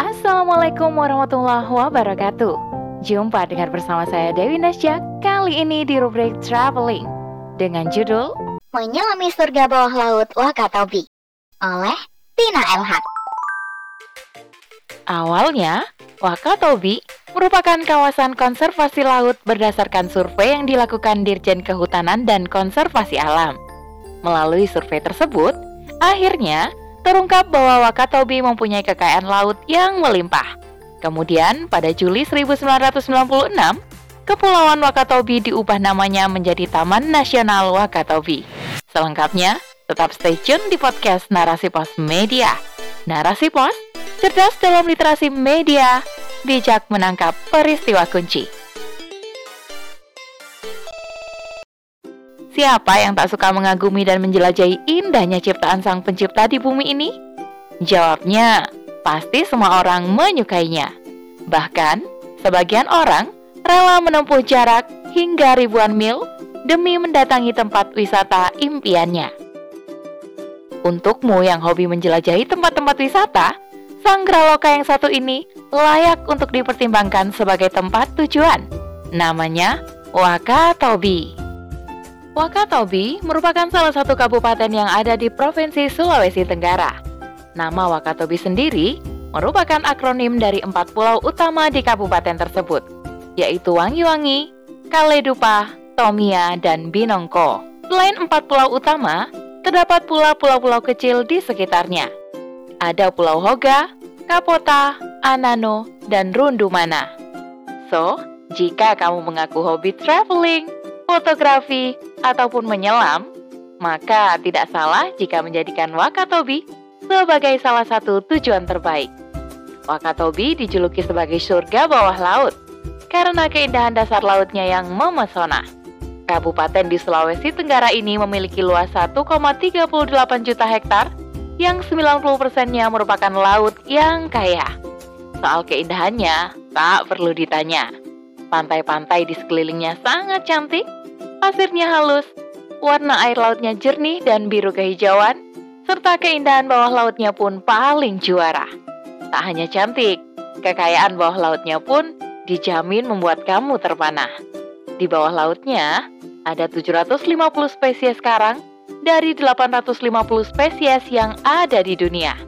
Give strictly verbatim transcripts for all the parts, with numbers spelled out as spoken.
Assalamualaikum warahmatullahi wabarakatuh. Jumpa dengan bersama saya Dewi Nasya, kali ini di rubrik Traveling dengan judul Menyelami Surga Bawah Laut Wakatobi oleh Tina M H. Awalnya, Wakatobi merupakan kawasan konservasi laut berdasarkan survei yang dilakukan Dirjen Kehutanan dan Konservasi Alam. Melalui survei tersebut, akhirnya terungkap bahwa Wakatobi mempunyai kekayaan laut yang melimpah. Kemudian, pada Juli seribu sembilan ratus sembilan puluh enam, Kepulauan Wakatobi diubah namanya menjadi Taman Nasional Wakatobi. Selengkapnya, tetap stay tune di podcast Narasi Pos Media. Narasi Pos, cerdas dalam literasi media, bijak menangkap peristiwa kunci. Siapa yang tak suka mengagumi dan menjelajahi indahnya ciptaan sang pencipta di bumi ini? Jawabnya, pasti semua orang menyukainya. Bahkan, sebagian orang rela menempuh jarak hingga ribuan mil demi mendatangi tempat wisata impiannya. Untukmu yang hobi menjelajahi tempat-tempat wisata, Sangraloka yang satu ini layak untuk dipertimbangkan sebagai tempat tujuan. Namanya Wakatobi. Wakatobi merupakan salah satu kabupaten yang ada di Provinsi Sulawesi Tenggara. Nama Wakatobi sendiri merupakan akronim dari empat pulau utama di kabupaten tersebut, yaitu Wangi-Wangi, Kaledupa, Tomia, dan Binongko. Selain empat pulau utama, terdapat pula pulau-pulau kecil di sekitarnya. Ada Pulau Hoga, Kapota, Anano, dan Rundumana. So, jika kamu mengaku hobi traveling, fotografi, ataupun menyelam, maka tidak salah jika menjadikan Wakatobi sebagai salah satu tujuan terbaik. Wakatobi dijuluki sebagai surga bawah laut karena keindahan dasar lautnya yang memesona. Kabupaten di Sulawesi Tenggara ini memiliki luas satu koma tiga delapan juta hektar yang sembilan puluh persennya merupakan laut yang kaya. Soal keindahannya, tak perlu ditanya. Pantai-pantai di sekelilingnya sangat cantik, pasirnya halus, warna air lautnya jernih dan biru kehijauan, serta keindahan bawah lautnya pun paling juara. Tak hanya cantik, kekayaan bawah lautnya pun dijamin membuat kamu terpana. Di bawah lautnya, ada tujuh ratus lima puluh spesies karang dari delapan ratus lima puluh spesies yang ada di dunia.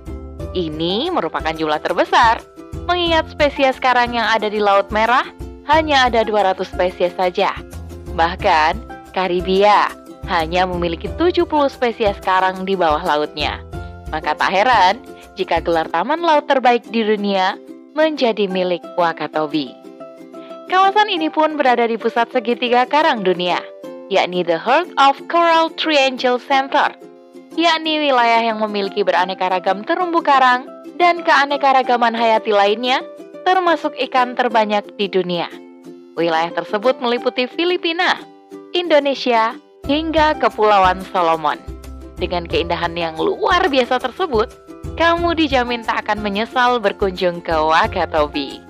Ini merupakan jumlah terbesar, mengingat spesies karang yang ada di Laut Merah hanya ada dua ratus spesies saja. Bahkan, Karibia hanya memiliki tujuh puluh spesies karang di bawah lautnya. Maka tak heran jika gelar taman laut terbaik di dunia menjadi milik Wakatobi. Kawasan ini pun berada di pusat segitiga karang dunia, yakni The Heart of Coral Triangle Center, yakni wilayah yang memiliki beraneka ragam terumbu karang dan keanekaragaman hayati lainnya, termasuk ikan terbanyak di dunia. Wilayah tersebut meliputi Filipina, Indonesia, hingga Kepulauan Solomon. Dengan keindahan yang luar biasa tersebut, kamu dijamin tak akan menyesal berkunjung ke Wakatobi.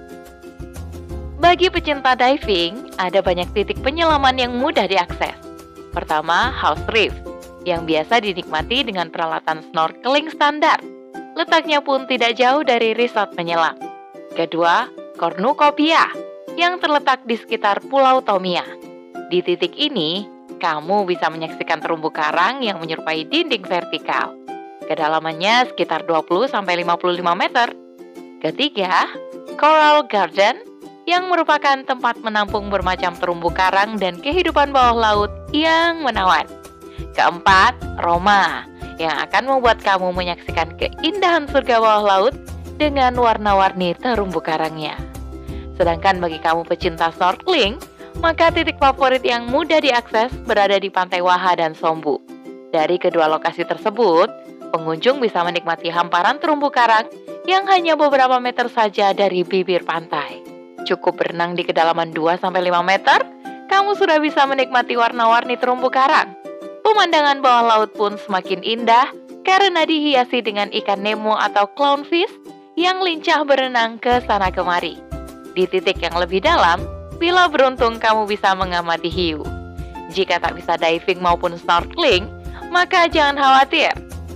Bagi pecinta diving, ada banyak titik penyelaman yang mudah diakses. Pertama, House Reef, yang biasa dinikmati dengan peralatan snorkeling standar. Letaknya pun tidak jauh dari resort menyelam. Kedua, Cornucopia, yang terletak di sekitar Pulau Tomia. Di titik ini, kamu bisa menyaksikan terumbu karang yang menyerupai dinding vertikal. Kedalamannya sekitar dua puluh sampai lima puluh lima meter. Ketiga, Coral Garden, yang merupakan tempat menampung bermacam terumbu karang dan kehidupan bawah laut yang menawan. Keempat, Roma, yang akan membuat kamu menyaksikan keindahan surga bawah laut dengan warna-warni terumbu karangnya. Sedangkan bagi kamu pecinta snorkeling, maka titik favorit yang mudah diakses berada di Pantai Waha dan Sombu. Dari kedua lokasi tersebut, pengunjung bisa menikmati hamparan terumbu karang yang hanya beberapa meter saja dari bibir pantai. Cukup berenang di kedalaman dua sampai lima meter, kamu sudah bisa menikmati warna-warni terumbu karang. Pemandangan bawah laut pun semakin indah karena dihiasi dengan ikan Nemo atau clownfish yang lincah berenang ke sana kemari. Di titik yang lebih dalam, bila beruntung kamu bisa mengamati hiu. Jika tak bisa diving maupun snorkeling, maka jangan khawatir,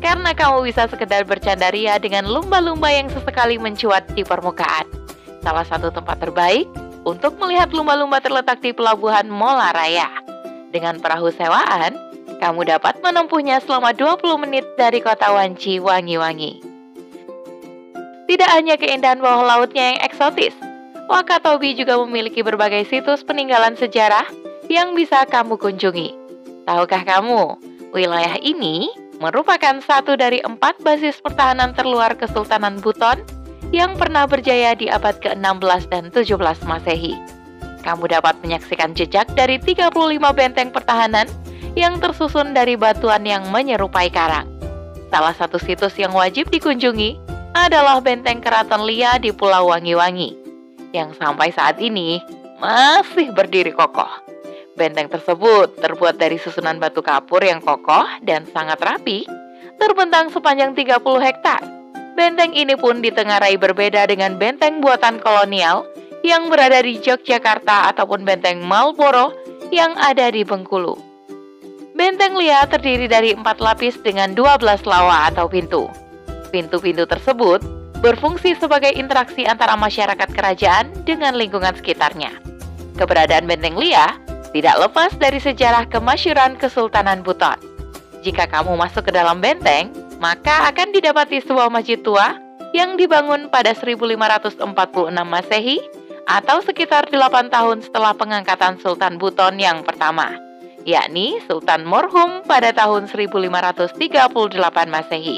karena kamu bisa sekedar bercanda ria dengan lumba-lumba yang sesekali mencuat di permukaan. Salah satu tempat terbaik untuk melihat lumba-lumba terletak di Pelabuhan Mola Raya. Dengan perahu sewaan, kamu dapat menempuhnya selama dua puluh menit dari kota Wanci, Wangi-Wangi. Tidak hanya keindahan bawah lautnya yang eksotis, Wakatobi juga memiliki berbagai situs peninggalan sejarah yang bisa kamu kunjungi. Tahukah kamu, wilayah ini merupakan satu dari empat basis pertahanan terluar Kesultanan Buton yang pernah berjaya di abad ke enam belas dan tujuh belas Masehi. Kamu dapat menyaksikan jejak dari tiga puluh lima benteng pertahanan yang tersusun dari batuan yang menyerupai karang. Salah satu situs yang wajib dikunjungi adalah Benteng Keraton Lia di Pulau Wangi-Wangi, yang sampai saat ini masih berdiri kokoh. Benteng tersebut terbuat dari susunan batu kapur yang kokoh dan sangat rapi, terbentang sepanjang tiga puluh hektar. Benteng ini pun ditengarai berbeda dengan benteng buatan kolonial yang berada di Yogyakarta ataupun Benteng Marlborough yang ada di Bengkulu. Benteng Lia terdiri dari empat lapis dengan dua belas lawa atau pintu. Pintu-pintu tersebut berfungsi sebagai interaksi antara masyarakat kerajaan dengan lingkungan sekitarnya. Keberadaan Benteng Lia tidak lepas dari sejarah kemasyhuran Kesultanan Buton. Jika kamu masuk ke dalam benteng, maka akan didapati sebuah masjid tua yang dibangun pada seribu lima ratus empat puluh enam Masehi atau sekitar delapan tahun setelah pengangkatan Sultan Buton yang pertama, yakni Sultan Morhum pada tahun seribu lima ratus tiga puluh delapan Masehi.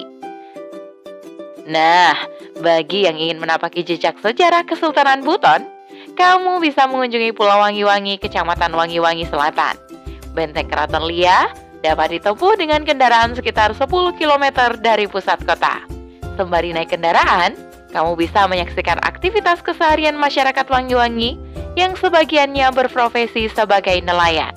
Nah, bagi yang ingin menapaki jejak sejarah Kesultanan Buton, kamu bisa mengunjungi Pulau Wangi-Wangi, Kecamatan Wangi-Wangi Selatan. Benteng Keraton Lia dapat ditempuh dengan kendaraan sekitar sepuluh kilometer dari pusat kota. Sembari naik kendaraan, kamu bisa menyaksikan aktivitas keseharian masyarakat Wangi-Wangi yang sebagiannya berprofesi sebagai nelayan.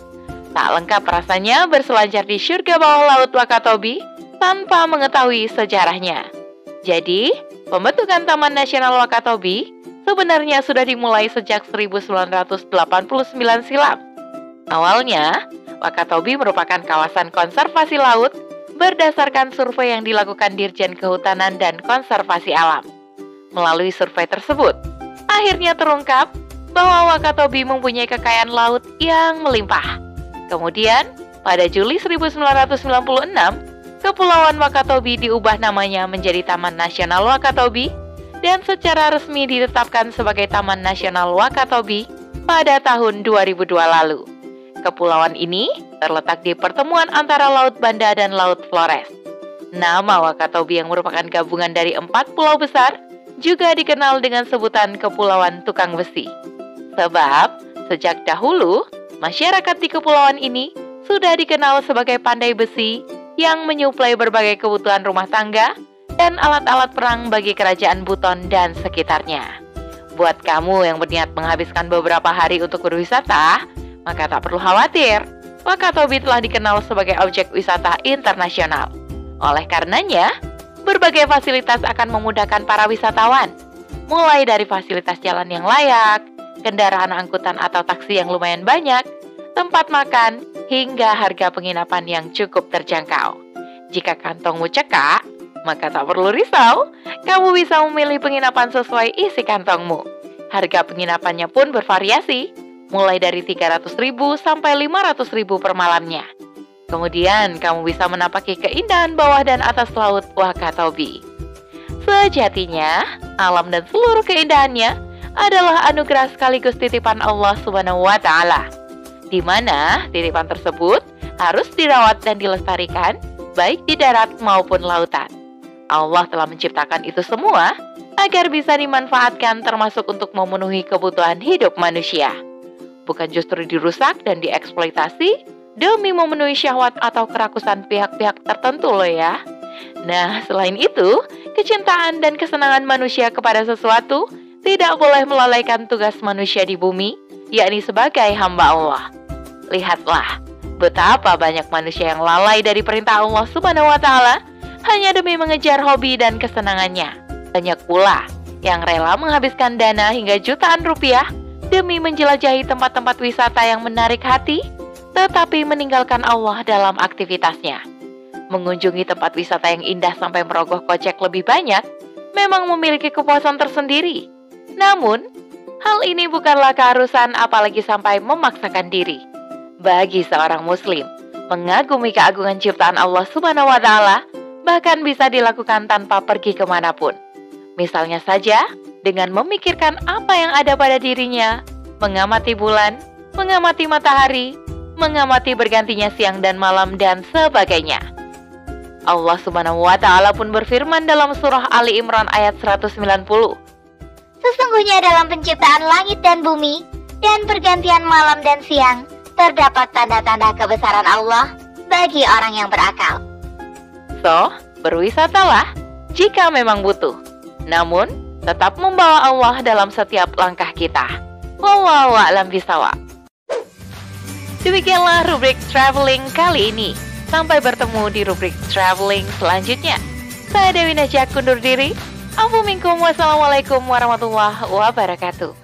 Tak lengkap rasanya berselancar di surga bawah laut Wakatobi tanpa mengetahui sejarahnya. Jadi, pembentukan Taman Nasional Wakatobi sebenarnya sudah dimulai sejak seribu sembilan ratus delapan puluh sembilan silam. Awalnya, Wakatobi merupakan kawasan konservasi laut berdasarkan survei yang dilakukan Dirjen Kehutanan dan Konservasi Alam. Melalui survei tersebut, akhirnya terungkap bahwa Wakatobi mempunyai kekayaan laut yang melimpah. Kemudian, pada Juli seribu sembilan ratus sembilan puluh enam, Kepulauan Wakatobi diubah namanya menjadi Taman Nasional Wakatobi dan secara resmi ditetapkan sebagai Taman Nasional Wakatobi pada tahun dua ribu dua lalu. Kepulauan ini terletak di pertemuan antara Laut Banda dan Laut Flores. Nama Wakatobi yang merupakan gabungan dari empat pulau besar juga dikenal dengan sebutan Kepulauan Tukang Besi. Sebab, sejak dahulu, masyarakat di kepulauan ini sudah dikenal sebagai pandai besi yang menyuplai berbagai kebutuhan rumah tangga dan alat-alat perang bagi kerajaan Buton dan sekitarnya. Buat kamu yang berniat menghabiskan beberapa hari untuk berwisata, maka tak perlu khawatir, Wakatobi telah dikenal sebagai objek wisata internasional. Oleh karenanya, berbagai fasilitas akan memudahkan para wisatawan, mulai dari fasilitas jalan yang layak, kendaraan angkutan atau taksi yang lumayan banyak, tempat makan, hingga harga penginapan yang cukup terjangkau. Jika kantongmu cekak, maka tak perlu risau, kamu bisa memilih penginapan sesuai isi kantongmu. Harga penginapannya pun bervariasi, mulai dari tiga ratus ribu sampai lima ratus ribu per malamnya. Kemudian, kamu bisa menapaki keindahan bawah dan atas laut Wakatobi. Sejatinya, alam dan seluruh keindahannya adalah anugerah sekaligus titipan Allah Subhanahu wa Ta'ala, di mana titipan tersebut harus dirawat dan dilestarikan baik di darat maupun lautan. Allah telah menciptakan itu semua agar bisa dimanfaatkan termasuk untuk memenuhi kebutuhan hidup manusia. Bukan justru dirusak dan dieksploitasi demi memenuhi syahwat atau kerakusan pihak-pihak tertentu loh ya. Nah, selain itu, kecintaan dan kesenangan manusia kepada sesuatu tidak boleh melalaikan tugas manusia di bumi, yakni sebagai hamba Allah. Lihatlah, betapa banyak manusia yang lalai dari perintah Allah Subhanahu wa Ta'ala hanya demi mengejar hobi dan kesenangannya. Banyak pula yang rela menghabiskan dana hingga jutaan rupiah demi menjelajahi tempat-tempat wisata yang menarik hati, tetapi meninggalkan Allah dalam aktivitasnya. Mengunjungi tempat wisata yang indah sampai merogoh kocek lebih banyak memang memiliki kepuasan tersendiri. Namun, hal ini bukanlah keharusan apalagi sampai memaksakan diri. Bagi seorang muslim, mengagumi keagungan ciptaan Allah Subhanahu wa Ta'ala bahkan bisa dilakukan tanpa pergi kemanapun. Misalnya saja, dengan memikirkan apa yang ada pada dirinya, mengamati bulan, mengamati matahari, mengamati bergantinya siang dan malam, dan sebagainya. Allah Subhanahu wa Ta'ala pun berfirman dalam surah Ali Imran ayat seratus sembilan puluh. Sesungguhnya dalam penciptaan langit dan bumi dan pergantian malam dan siang terdapat tanda-tanda kebesaran Allah bagi orang yang berakal. So, berwisatalah jika memang butuh. Namun, tetap membawa Allah dalam setiap langkah kita. Wallahu a'lam bishawab. Demikianlah rubrik traveling kali ini. Sampai bertemu di rubrik traveling selanjutnya. Saya Dewi Najak undur diri. Afu minkum, wassalamualaikum warahmatullahi wabarakatuh.